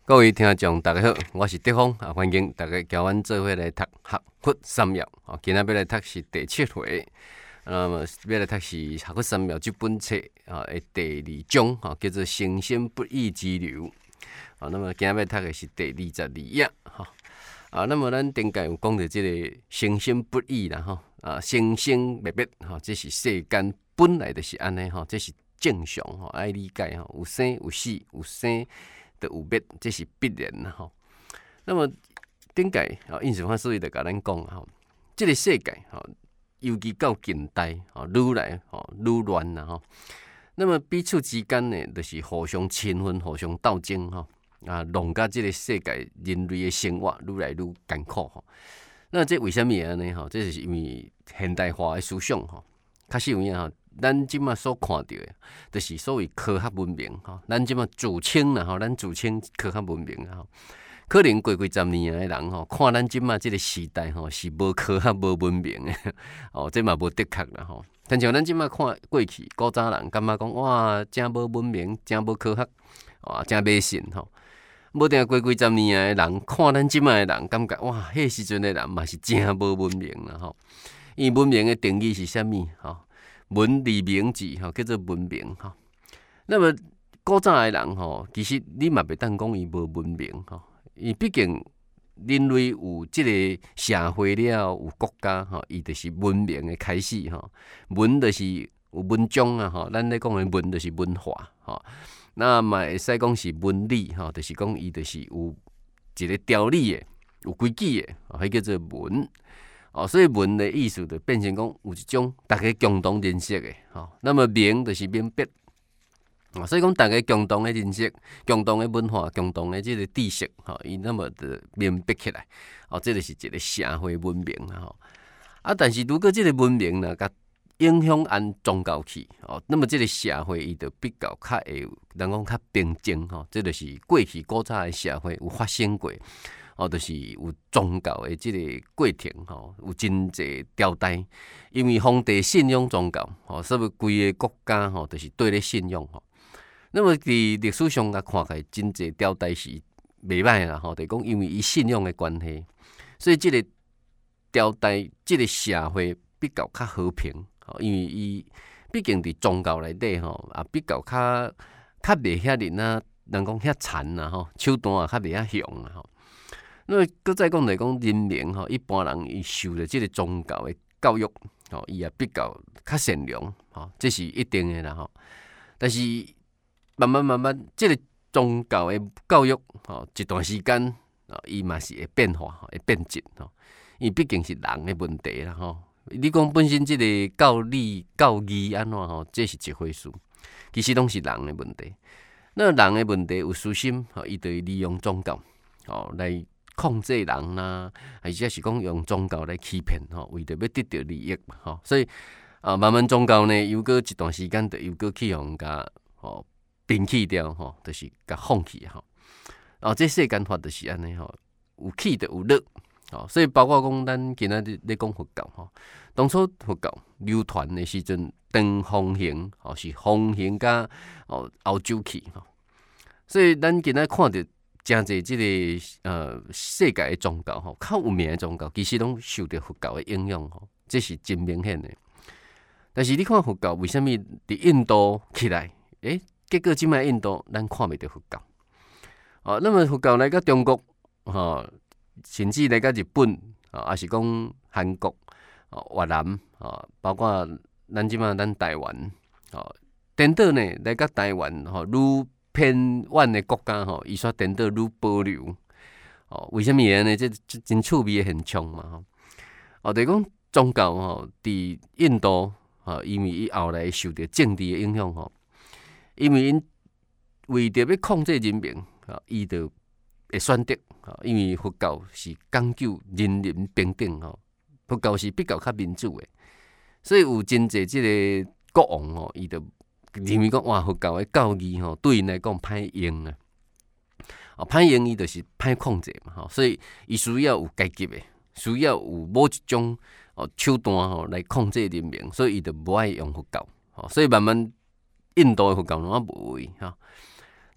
各位听众，大家好，我是德峰啊，欢迎大家交阮做伙来读学佛三要啊。今仔要来读是第7回，那么要来读是学佛三要这本册啊的第2章啊，叫做生生不已之流啊。那么今仔要读的是第22页哈啊。那么咱顶届有讲到这个生生不已啦哈啊，生生灭灭哈，这是世间本来就是安尼哈，这是正常哈，爱理解哈，有生有死，有生就有灭，这是必然啦吼。那么顶届啊，印象法师就甲咱讲吼，这个世界吼，尤其到近代吼，愈来吼愈乱啦吼。那么彼此之间呢，就是互相侵犯、互相斗争吼啊，弄甲这个世界人类的生活愈来愈艰苦吼。那这为什么安尼吼？这就是因为现代化的思想吼，确实有影吼。咱即马所看到的，就是所谓科学文明吼。咱即马自称啦吼，咱自称科学文明啦吼。可能过几十年的人吼，看咱即马即个时代吼，是无科学、无文明的哦，这嘛无的确啦吼。但像咱即马看过去古早人，感觉讲哇，真无文明，真无科学，哇，真迷信吼。无定过几十年的人，看咱即马的人，感觉哇，迄时阵的人嘛是真无文明啦吼。伊文明的定义是啥物吼？文理明字吼，叫做文明吼。那么古早的人吼，其实你嘛袂当讲伊无文明吼，伊毕竟人类有即个社会了，有国家吼，伊就是文明的开始吼。文就是有文章啊吼，咱咧讲的文就是文化吼。那嘛会使讲是文理吼，就是讲伊就是有一个条理的，有规矩的，迄叫做文。哦，所以文的意思就变成讲有一种大家共同认识的，吼。那么明就是明白，所以讲大家共同的认识、共同的文化、共同的这个知识，吼，伊那么的明白起来，哦，这就是一个社会文明啦，吼。啊，但是如果这个文明呢，甲影响按宗教去，哦，那么这个社会伊就比较较会，人讲较平静，吼，这就是过去古早的社会有发生过。哦，就是有宗教的即个过程吼，有真济朝代，因为皇帝信仰宗教，吼，所以规个国家吼，就是对咧信仰吼。那么伫历史上啊看起来，真济朝代是袂歹啦吼，就是讲因为伊信仰的关系，所以即个朝代即个社会比较较和平，吼，因为伊毕竟伫宗教内底吼，啊比较较袂遐人啊，人讲遐残啦吼，手段啊较袂遐凶啦吼。那么，搁再讲来讲，人民吼，一般人伊受着即个宗教的教育，吼，伊也比较善良，吼，这是一定的啦，吼。但是慢慢，即个宗教的教育，吼，一段时间，伊嘛是会变化，会变质，吼。伊毕竟是人的问题啦，吼。你讲本身即个教理、教义安怎吼，这是一回事，其实拢是人的问题。那人的问题有私心，吼，伊就会利用宗教，吼来控制人啦，或者是讲用宗教来欺骗吼，为着要得到利益嘛吼，所以慢慢宗教呢，又过一段时间，就又过去互人家吼摒弃掉吼，就是甲放弃吼。这世间法就是安尼吼，有起就有落吼，所以包括讲咱今仔日咧讲佛教吼，当初佛教流传的时阵，唐方行吼是方行甲欧洲去吼，所以咱今仔看着。真侪即个世界的宗教吼，较有名的宗教，其实拢受到佛教的影响吼，这是真明显的。但是你看佛教为什么伫印度起来？结果即摆印度咱看袂到佛教。那么佛教来到中国甚至来到日本还是讲韩国越南包括咱即摆咱台湾颠倒呢来到台湾愈偏远的国家吼，伊煞颠倒愈保留为什么呢？这真趣味的现象嘛就是讲宗教伫印度因为伊后来受到政治的影响因为因为着要控制人民伊就会选择因为佛教是讲究人人平等佛教是比较民主的，所以有真济即个国王伊就认为讲哇，佛教的教义对因来讲歹用啊，歹用伊就是歹控制嘛所以伊需要有阶级的，需要有某一种手段来控制人民，所以伊就无爱用佛教所以慢慢印度的佛教拢无位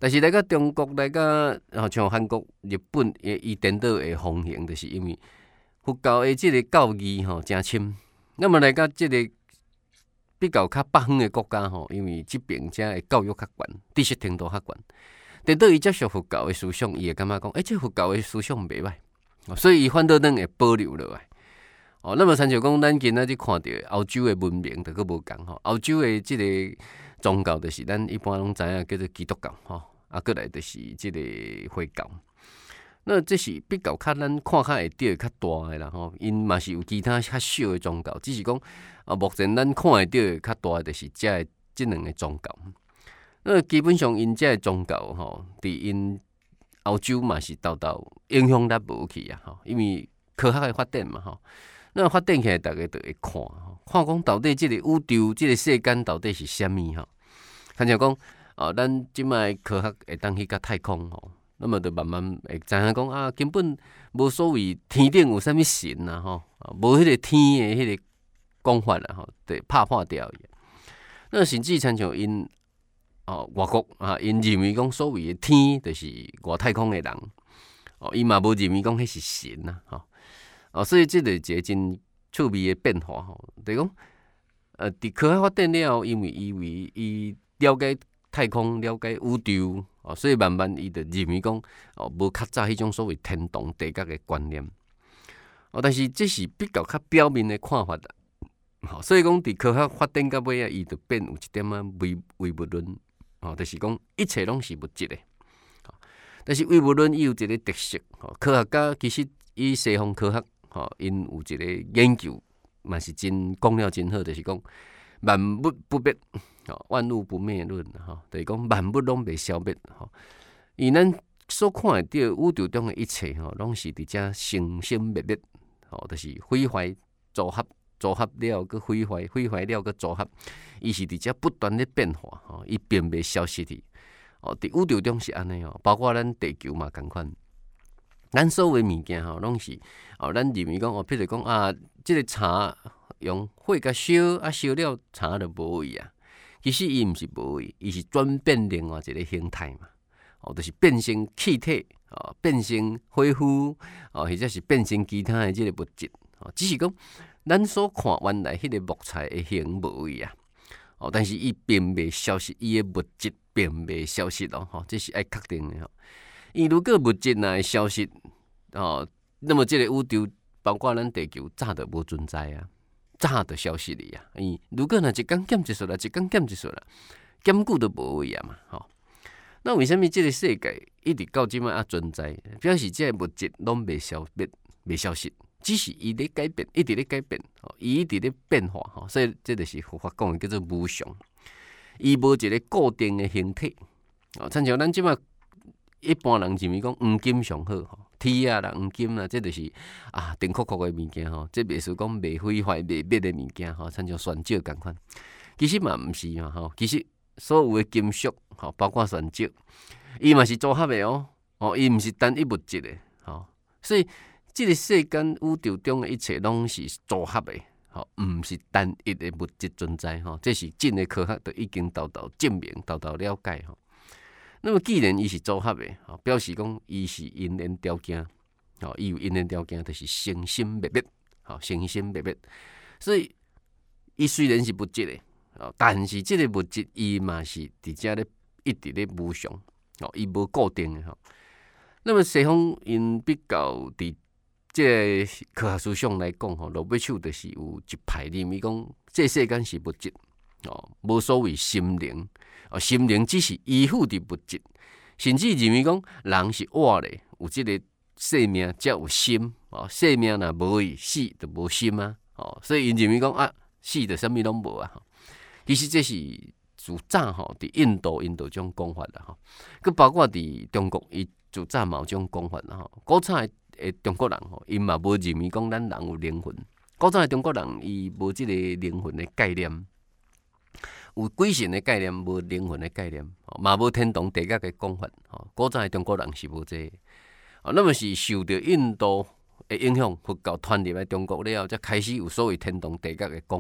但是来到中国，来到像韩国、日本，伊颠倒的风行，就是因为佛教的即个教义真深。那么来到即个比较较北方的国家因为即边遮的教育较悬，知识程度较悬，颠倒伊接受佛教的思想，伊会感觉讲，这佛教的思想袂歹，所以伊反倒咱会保留落来。那么参像讲，咱今仔日看到欧洲的文明，就佫无共欧洲的即个宗教，就是咱一般拢知影叫做基督教过来就是即个回教。那这是比较较咱看较会着较大的啦因嘛是有其他较小的宗教，只是讲目前咱看会着较大的就是即两个宗教。那基本上因这宗教伫因欧洲嘛是豆影响咱无去啊因为科学的发展嘛那发展起来，大家就会看讲到底即个宇宙、即个世间到底是啥物看像讲咱即摆科学会当去到太空那么就慢慢会知影讲根本无所谓天顶有啥物神无迄个天的迄个讲法啦就拍掉伊。那甚至参像因外国因认为讲所谓的天就是外太空的人伊嘛无认为讲迄是神啊所以这个一个真趣味的变化就是讲伫科学发展了后，因为伊了解太空、了解宇宙所以慢慢伊就认为讲无较早迄种所谓天堂地狱的观念但是这是比较较表面的看法啦所以讲伫科学发展到尾伊就变有一点唯物论就是讲一切拢是物质的但是唯物论伊有一个特色科学家其实以西方科学因有一个研究，嘛是真讲了真好，就是讲万物不灭，万物不灭论就是讲万物拢袂消灭以咱所看会到宇宙中的一切拢是伫遮生生灭灭就是毁坏组合，组合了佮毁坏，毁坏了佮组合，伊是伫遮不断咧变化伊并袂消失去伫宇宙中是安尼包括咱地球嘛共款。咱所有物件拢是咱认为讲譬如讲即个茶用火甲烧烧了茶就无味其实伊毋是无味，伊是转变另外一个形态嘛就是变成气体变成火呼或者是变成其他的即个物质只是讲咱所看原来迄个木材的形无味但是伊并袂消失，伊的物质并袂消失这是爱确定的伊如果物质若会消失那么即个宇宙包括咱地球早就无存在早就消失哩如果若一天减一束啦，一天减一束啦，减久都无味嘛那为什么即个世界一直到即摆存在？表示即个物质拢袂消灭、袂消失，只是伊咧改变，一直咧改变伊一直咧变化所以这就是佛法讲的叫做无常，伊无一个固定的形体亲像咱即摆。一般人认为讲黄金上好铁啦、黄金啦，这就是定酷酷的物件这袂是讲袂毁坏、袂灭的物件亲像泉石共款。其实嘛毋是其实所有的金属包括泉石，伊嘛是组合的伊毋是单一物质的所以这个世间宇宙中的一切拢是组合的毋是单一的物质存在这是真的科学都已经豆证明、豆了解那么既然伊是组合的表示讲伊是因缘条件伊有因缘条件就是生生灭灭生生灭灭，所以伊虽然是物质的但是这个物质伊嘛是伫遮咧一直咧无常伊无固定的那么西方因比较伫这个科学思想来讲罗尾手就是有一派认为讲这世间是物质无所谓心灵心灵只是依附伫物质，甚至认为讲人是活的，有即个生命才有心生命若无伊死就无心所以因认为讲死就啥物拢无其实这是自早伫印度种讲法啦佮包括伫中国伊自早嘛有种讲法啦古早的中国人因嘛无认为讲咱人有灵魂，古早的中国人伊无即个灵魂的概念。有鬼神的概念，无灵魂的概念，嘛无天堂地狱的讲法。古早的中国人是无这个那么是受到印度的影响，佛教传入来中国了后，才开始有所谓天堂地狱的讲法。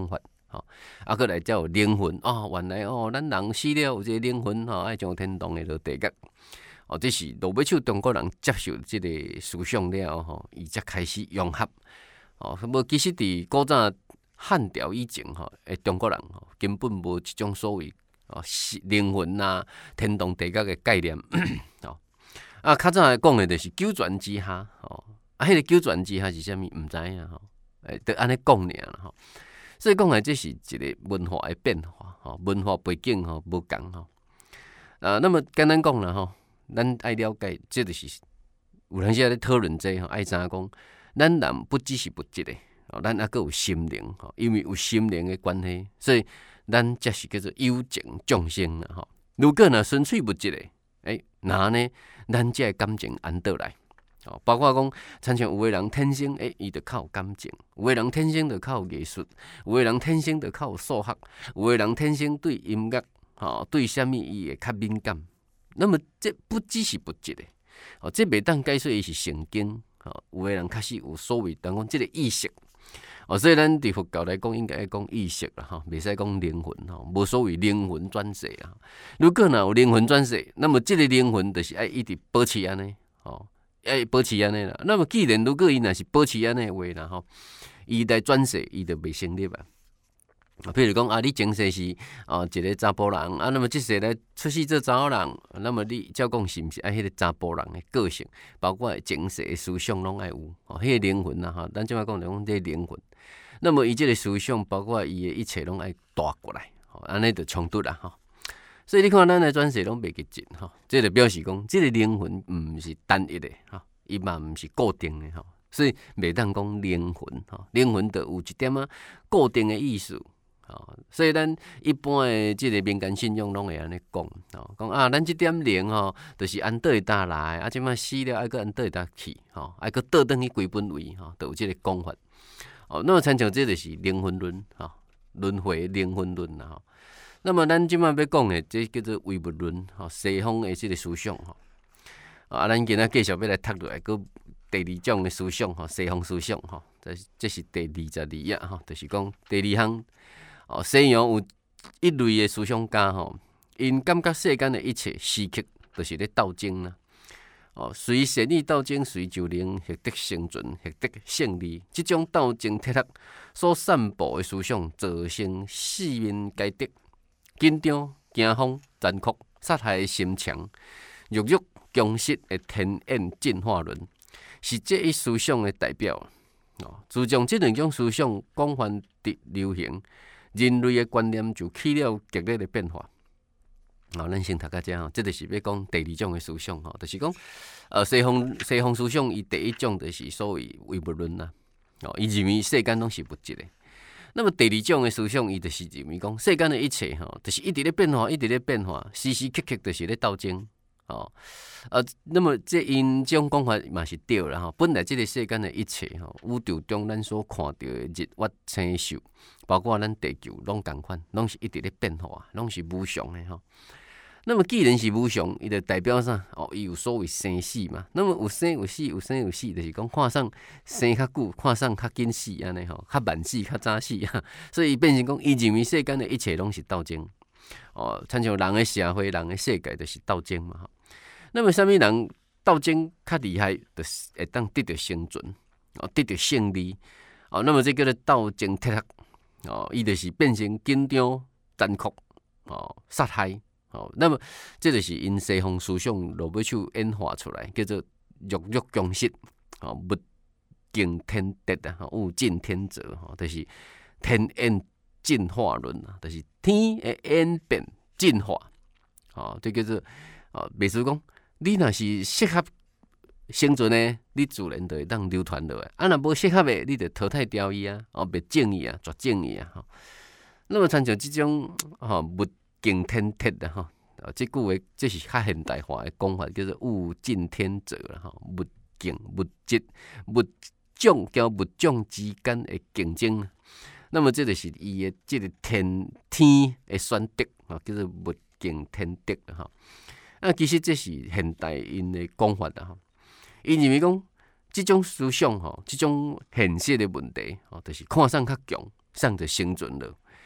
吼，啊，过来才有灵魂哦，原来哦，咱人死了有一个灵魂吼，爱上天堂的落地狱。哦，这是落尾手中国人接受这个思想了吼，伊才开始融合。哦，无其实伫古早汉朝以前吼，中国人吼根本无即种所谓哦灵魂啊、天堂地狱的概念。哦，啊，较早讲的就是九泉之下。哦，啊，迄个九泉之下是啥物？毋知影吼，就安尼讲尔啦吼。所以讲的这是一个文化的变化，吼，文化背景吼无共吼。那么简单讲啦吼。咱爱了解，这就是有阵时咧讨论这吼，爱知影讲，咱人不只是物质的，哦，咱还佫有心灵吼，因为有心灵的关系，所以咱才是叫做有情众生啦吼。如果若纯粹物质的，那呢，咱才会感情安倒来。哦，包括讲，亲像有个人天生伊就较有感情；有个人天生就较有艺术；有个人天生就较有数学；有个人天生对音乐，对啥物伊会较敏感。那么这不只是物质的，哦，这袂当解说伊是神经，哦，有个人确实有所谓，当讲这个意识，哦，所以咱伫佛教来讲，应该要讲意识啦，哈，袂使讲灵魂，哈，无所谓灵魂转世啊。如果若有灵魂转世，那么这个灵魂就是爱一直保持安尼，哦，爱保持安尼啦。那么既然如果伊若是保持安尼的话啦，吼，伊来转世，伊就袂成立啊。譬如讲啊，你前世是一个查甫人啊，那么这世来出世做查某人，那么你照讲是毋是爱迄个查甫人的个性，包括前世的思想拢爱有，迄个灵魂啊，咱即摆讲这个灵魂，那么伊这个思想，包括伊的一切拢爱带过来，安尼就冲突啦，吼。所以你看，咱的转世拢袂极尽，吼，这就表示讲，这个灵魂毋是单一的，吼，伊嘛毋是固定的，吼，所以袂当讲灵魂，吼，灵魂就有一点固定的意思。所以咱一般的即个民间信仰拢会安尼讲，讲啊，咱即点灵吼，就是安倒会倒来，啊，即摆死了，爱搁安倒会倒去，吼，爱搁倒转去归本位，吼，都有即个讲法。哦，那么亲像这就是灵魂论，吼，轮回灵魂论啦，吼。那么咱即摆要讲的，这叫做唯物论，吼，西方的即个思想，吼。啊，咱今仔继续要来读落来，搁第二种的思想，吼，西方思想，吼，这是第22啊，吼，就是讲第二项。哦，西洋有一类的思想家吼，因感觉世间的一切时刻都是咧斗争啦。哦，随善意斗争，随就能获得生存，获得胜利。这种斗争铁盒所散布的思想，造成四面皆敌、紧张、惊慌、残酷、杀害的心肠，弱肉强食的天演进化论，是这一思想的代表。哦，自从这两种思想广泛地流行。人类的观念就起了剧烈的变化。咱先读到这吼，这就是要讲第二种的思想吼，就是讲西方思想伊第一种就是所谓唯物论啦。伊认为世间拢是物质的。那么第二种的思想，伊就是认为讲世间的一切吼，就是一直咧变化，一直咧变化，时时刻刻就是咧斗争。那么这因这种讲法嘛是对啦吼。本来这个世间的一切吼，宇宙中咱所看到的日月星宿，包括咱地球拢共款，拢是一直咧变化，拢是无常的吼。那么既然是无常，伊就代表啥？伊有所谓生死嘛。那么有生有死，有生有死，就是讲看上生较久，看上较紧死安尼吼，较慢死，较早死啊。所以变成讲，伊认为世间的一切拢是斗争。亲像人的社会、人的世界就是斗争嘛。那么，啥物人斗争较厉害，就是会当得到生存，得到胜利。那么这叫做斗争铁盒。伊就是变成紧张、残酷、杀害。那么这就是因西方思想落尾手演化出来，叫做弱肉强食，物竞天敌啊，物竞天择，就是天演进化论啊，就是天的演变进化。这叫做袂输讲。你若是适合生存的，你自然就会当流传落来。若无适合的，你就淘汰掉伊啊，灭种伊啊，绝种伊啊。那么参像这种物竞天敌的吼，这句话这是较现代化的讲法，叫做物竞天择啦吼，物竞物质物种交物种之间的竞争。那么这就是伊的这个天的选择，叫做物竞天敌啦吼。其实这是现代因的讲法啦吼，因认为讲这种思想吼，这种现实的问题吼，就是看上较强，上就生存了。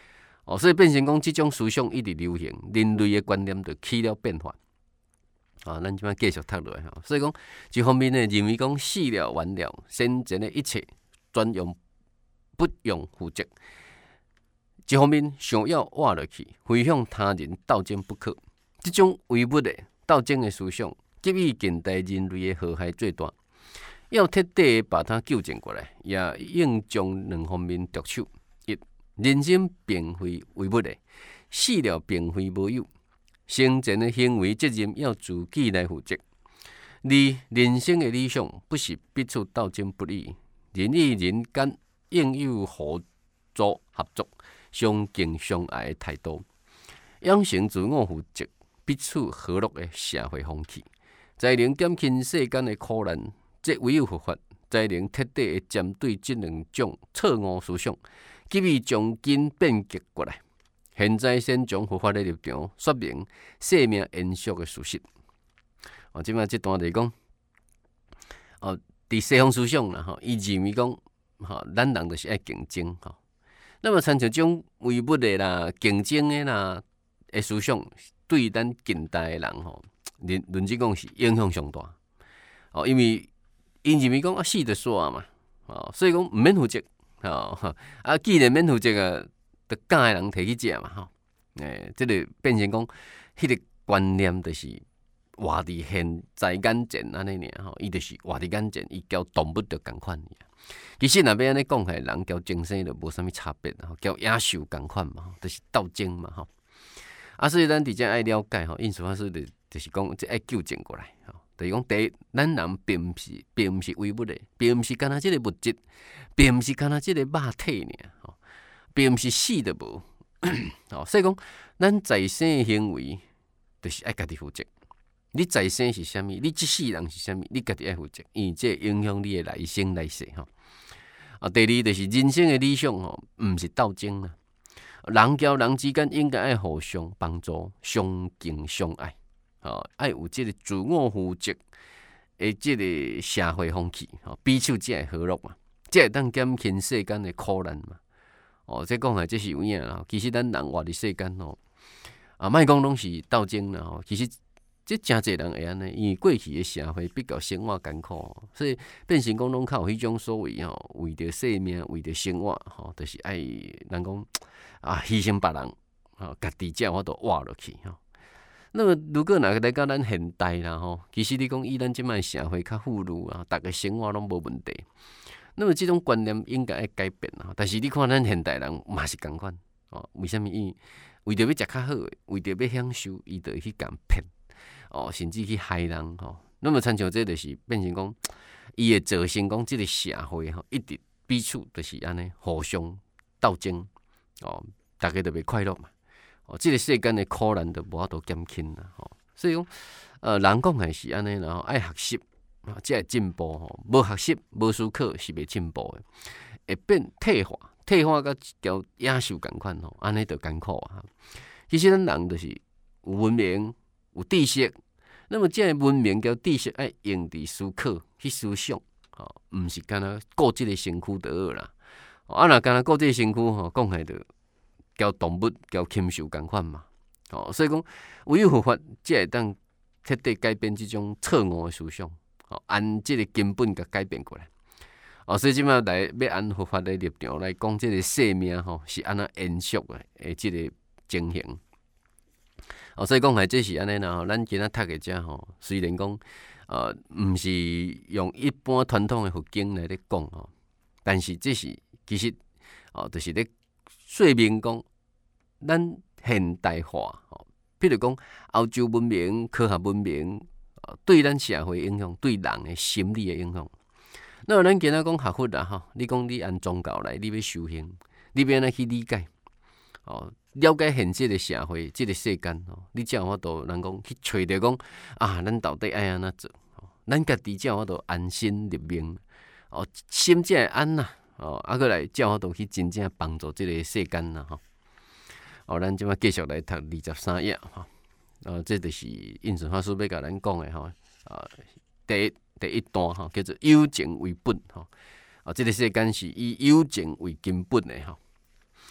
所以变成讲即种思想一直流行，人类的观念就起了变化。咱即摆继续读落来吼。所以讲，一方面呢，认为讲死了完了，先前的一切专用不用负责；一方面想要活落去，非向他人斗争不可。即种唯物的斗争的思想，给予近代人类的祸害最大。要彻底把它纠正过来，也应将两方面着手：一，人生并非唯物的，死了并非无有。生前的行为责任要自己来负责。二，人生的理想不是彼此斗争不利，人与人间应有合作合作、相敬相爱的态度，养成自我负责、彼此和乐的社会风气，才能减轻世间的苦难。这唯有佛法，才能彻底的针对这两种错误思想，给予将根变革过来。现在先将佛法的立场说明生命延续的事实。即摆这段就是讲，伫西方思想啦，伊认为讲，咱人就是爱竞争，那么参像种唯物的啦、竞争的啦的思想，对咱近代的人论即讲是影响上大。因为因认为讲死就煞嘛，所以讲毋免负责，既然免负责啊。就假诶人摕去食嘛，即个变成讲，迄个观念就是活伫现在眼前安尼尔，伊就是活伫眼前，伊交动物就共款。其实若要安尼讲起来，人交精神就无啥物差别，交野兽共款嘛，就是斗争嘛，所以咱伫遮爱了解，因此法师就是讲，即爱纠正过来，就是讲第一，咱人并毋是唯物的，并毋是干那即个物质，并毋是干那即个肉体尔。并毋是死就无，所以讲，咱在生的行为，就是爱家己负责。你在生是啥物？你即世人是啥物？你家己爱负责，因为这影响你的来生来世第二就是人生的理想毋是斗争啦。人交人之间应该爱互相帮助、相敬相爱，爱有即个自我负责的即个社会风气，彼此才会和乐嘛，才会当减轻世间的苦难嘛。这讲起这是有影啦。其实咱人活伫世间莫讲拢是斗争啦。其实这真侪人会安尼，因为过去的社会比较生活艰苦，所以变成讲拢较有迄种所谓为着生命、为着生活就是爱人讲牺牲别人家己才有法度活落去那么如果来到咱现代啦其实你讲以咱即摆社会较富裕大家生活拢无问题。那么这种观念应该要改变但是你看咱现代人嘛是共款为什么？伊为着要食较好诶，为着要享受，伊就去共骗甚至去害人那么参像这就是变成讲，伊会造成讲这个社会一直彼此就是安尼互相斗争大家就袂快乐嘛这个世间的苦难就无法度减轻啦所以讲人讲的是安尼啦，爱学习。才会进步无学习无思考是袂进步的，会变退化，退化甲交野兽共款安尼就艰苦其实咱人就是有文明有知识，那么这个文明交知识爱用伫思考去思想毋是干那顾即个身躯就好啦若干那顾即个身躯讲起来就交动物交禽兽共款嘛所以讲唯有佛法才会当彻底改变即种错误的思想按这个根本甲改变过来所以即摆来要按佛法的立场来讲，这个生命是安怎延续的这个情形所以讲这是安尼啦咱今仔读的遮虽然讲毋是用一般传统的佛经来咧讲但是这是其实就是咧说明讲咱现代化比如讲欧洲文明、科学文明对咱社会影响，对人的心理的影响。那么咱今仔讲学佛啦你讲你按宗教来，你要修行，你要安怎去理解了解现实的社会，这个世间你才有法度人讲去找着讲咱到底爱安怎做咱家己才有法度安心立命心才会安啦过来才有法度去真正帮助这个世间啦咱即摆继续来读23页这就是印顺法师要甲咱讲的第一段叫做有情为本这个世间是以有情为根本的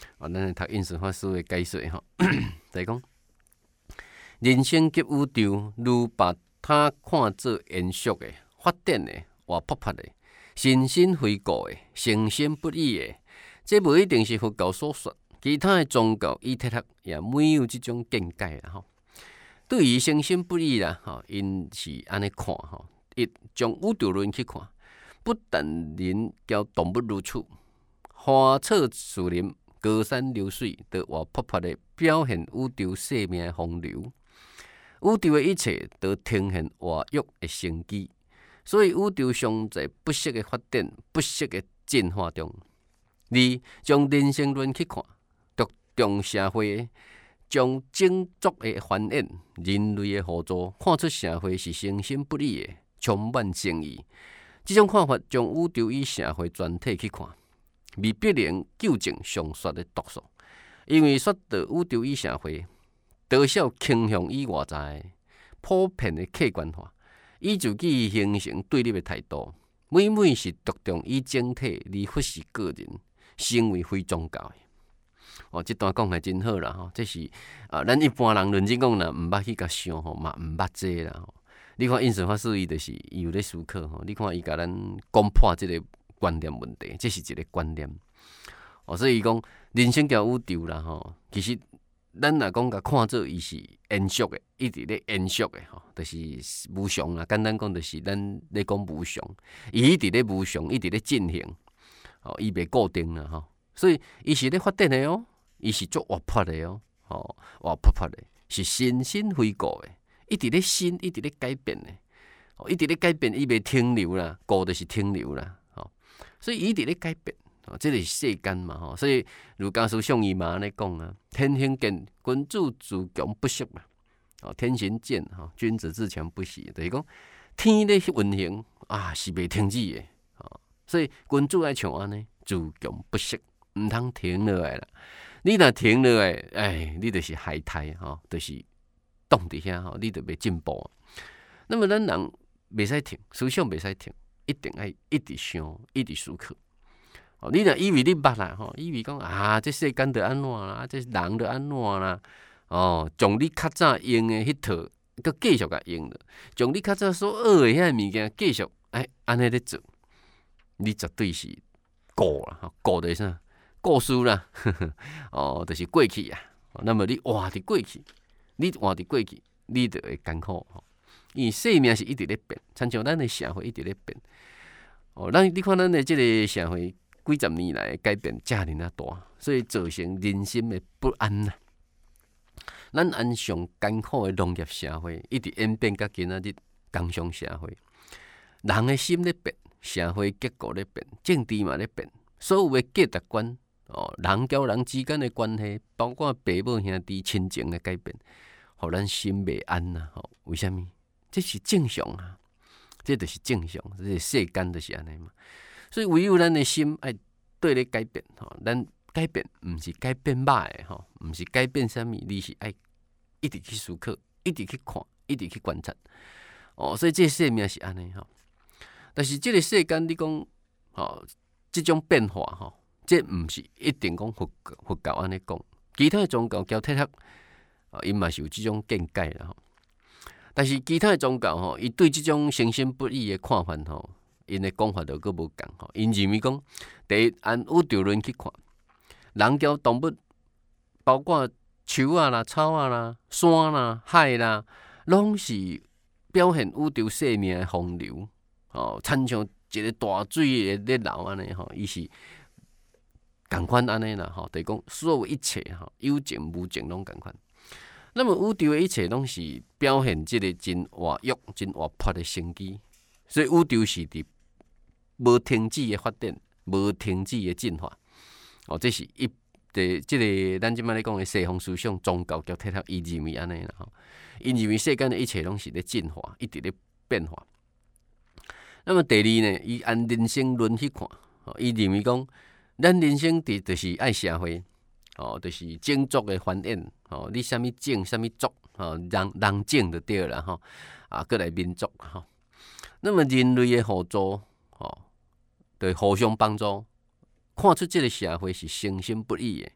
咱来读印顺法师的解说吼，就是讲人生及宇宙，如把它看作延续的、发展的、活泼泼的、身心回顾的、诚心不已的，这无一定是佛教所说，其他的宗教伊铁学也没有这种见解啦吼。对于诚心不已啦，吼，因是安尼看吼，一从宇宙论去看，不但人交动物如此，花草树林、高山流水，都活泼泼的表现宇宙生命的洪流。宇宙的一切都呈现活跃的生机，所以宇宙尚在不息的发展、不息的进化中。二，从人生论去看，着重社会，将种族的繁衍、人类的互助，看出社会是诚心不已的，充满诚意。这种看法将宇宙与社会全体去看，未必能纠正上述的毒素，因为说到宇宙与社会，多少倾向于外在普遍的客观化，以自己形成对立的态度，每是着重于整体而忽视个人，成为非宗教的。这段讲来真好啦吼，这是咱一般人认真讲啦，毋捌去甲想吼，嘛毋捌这啦吼。你看印顺法师伊就是有咧思考吼，你看伊甲咱讲破即个观念问题，这是一个观念。所以讲人生交宇宙啦吼，其实咱若讲甲看做伊是延续的，一直咧延续的吼，就是无常啦。简单讲就是咱咧讲无常，伊一直咧无常，一直咧进行，伊袂固定啦吼。所以伊是咧发展的哦，伊是足活泼的哦，活泼泼的，是新新回顾的，一直咧新，一直咧改变的，一直咧改变，伊袂停留啦，固就是停留啦，所以伊一直咧改变。这是世间嘛，所以儒家思想伊嘛安尼讲啊，天行健，君子自强不息嘛。天行健，君子自强不息，就是讲天咧运行啊，是袂停止的。所以君主爱像安尼，自强不息，毋通停落来啦。你若停落来，你就是害胎，就是挡伫遐，你就袂进步。那么咱人袂使停，思想袂使停，一定要一直想，一直思考。你若以为你捌啦，以为讲这世间着安怎啦，这人着安怎啦，从你较早用的迄套，佮继续甲用了，从你较早所学的遐物件继续安尼咧做，你绝对是过啦，过的啥？过事啦，就是过去啊。那么你活伫过去，你就会艰苦，因为生命是一直咧变，亲像咱的社会一直咧变。你看咱的即个社会。几十年来改变遮尔啊大，所以造成人心的不安呐。咱按上艰苦的农业社会，一直演变到今仔日工商社会，人的心咧变，社会结构咧变，政治嘛咧变，所有的价值观，人交人之间的关系，包括爸母兄弟亲情的改变，互咱心袂安呐。为虾米？这是正常啊，这就是正常，这是世间就是安尼嘛。所以唯有咱的心爱对咧改变，咱改变毋是改变歹的，毋是改变啥物，你是爱一直去思考，一直去看，一直去观察。所以这生命是安尼但是这个世间你讲，这种变化这毋是一定讲佛教安尼讲，其他的宗教交铁学，因嘛是有这种见解啦但是其他的宗教伊对这种诚心不已的看法因的讲法就佫无共因认为讲，第一按宇宙论去看，人交动物，包括树啊啦、草啊啦、山啦、海啦，拢是表现宇宙生命的洪流，亲像一个大水咧流安尼伊是共款安尼啦就是讲所有一切有情无情拢共款。那么宇宙的一切拢是表现即个真活跃、真活泼的生机，所以宇宙是伫无停止的发展，无停止的进化。这是即个咱即摆咧讲的西方思想、宗教交铁学，伊认为安尼啦因认为世间的一切拢是咧进化，一直咧变化。那么第二呢，伊按人生论去看，伊认为讲，咱人生就是爱社会，就是种族的繁衍，你啥物种、啥物族，人种就对啦过来民族那么人类的互助，对互相帮助，看出这个社会是诚心不已的，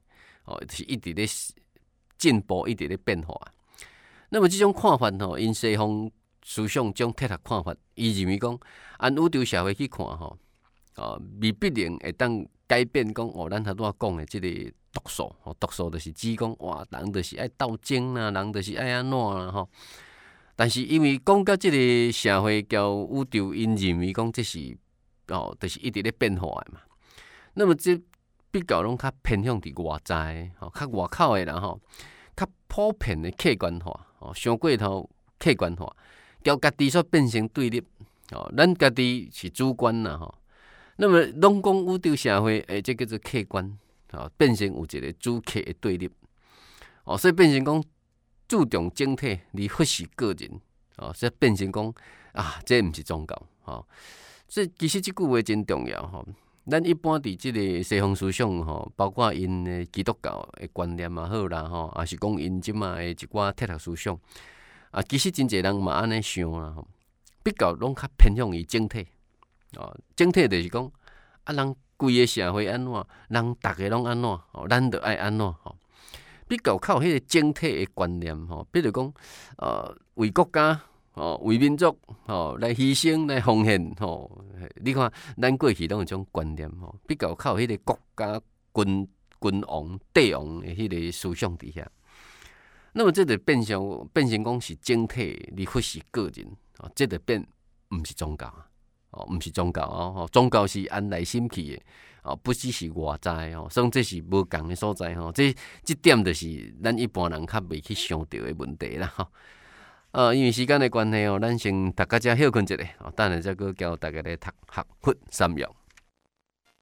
就是一直咧进步，一直咧变化。那么这种看法因西方思想种哲学看法，伊认为讲，按宇宙社会去看未必然会当改变讲咱头拄仔讲的即个毒素，毒素就是指讲哇，人就是爱斗争啦，人就是爱安怎啦但是因为讲到即个社会交宇宙，因认为讲这是就是一直咧变化的嘛。那么这比较拢较偏向伫外在较外口的人较普遍的客观化伤过头客观化，交家己所变成对立咱家己是主观啦那么拢讲宇宙社会这叫做客观变成有一个主客的对立所以变成讲注重整体而忽视个人所以变成讲这毋是宗教所以其实即句话真重要咱一般伫即个西方思想包括因的基督教的观念也好啦也是讲因即马的一寡哲学思想其实真侪人嘛安尼想啦比较拢较偏向于整体整体就是讲人规个社会安怎，人逐个拢安怎咱着爱安怎比较靠迄个整体的观念比如讲为国家为民族来牺牲来奉献你看咱过去拢有种观念比较靠迄个国家君王帝王的迄个思想底下，那么这就变成讲是整体而忽视个人这就变毋是宗教毋是宗教宗教是按内心去的不只是外在所以这是无共的所在这点就是咱一般人较袂去想到的问题啦因为时间的关系咱先读到这休困一下等下再搁交大家来读学佛三要。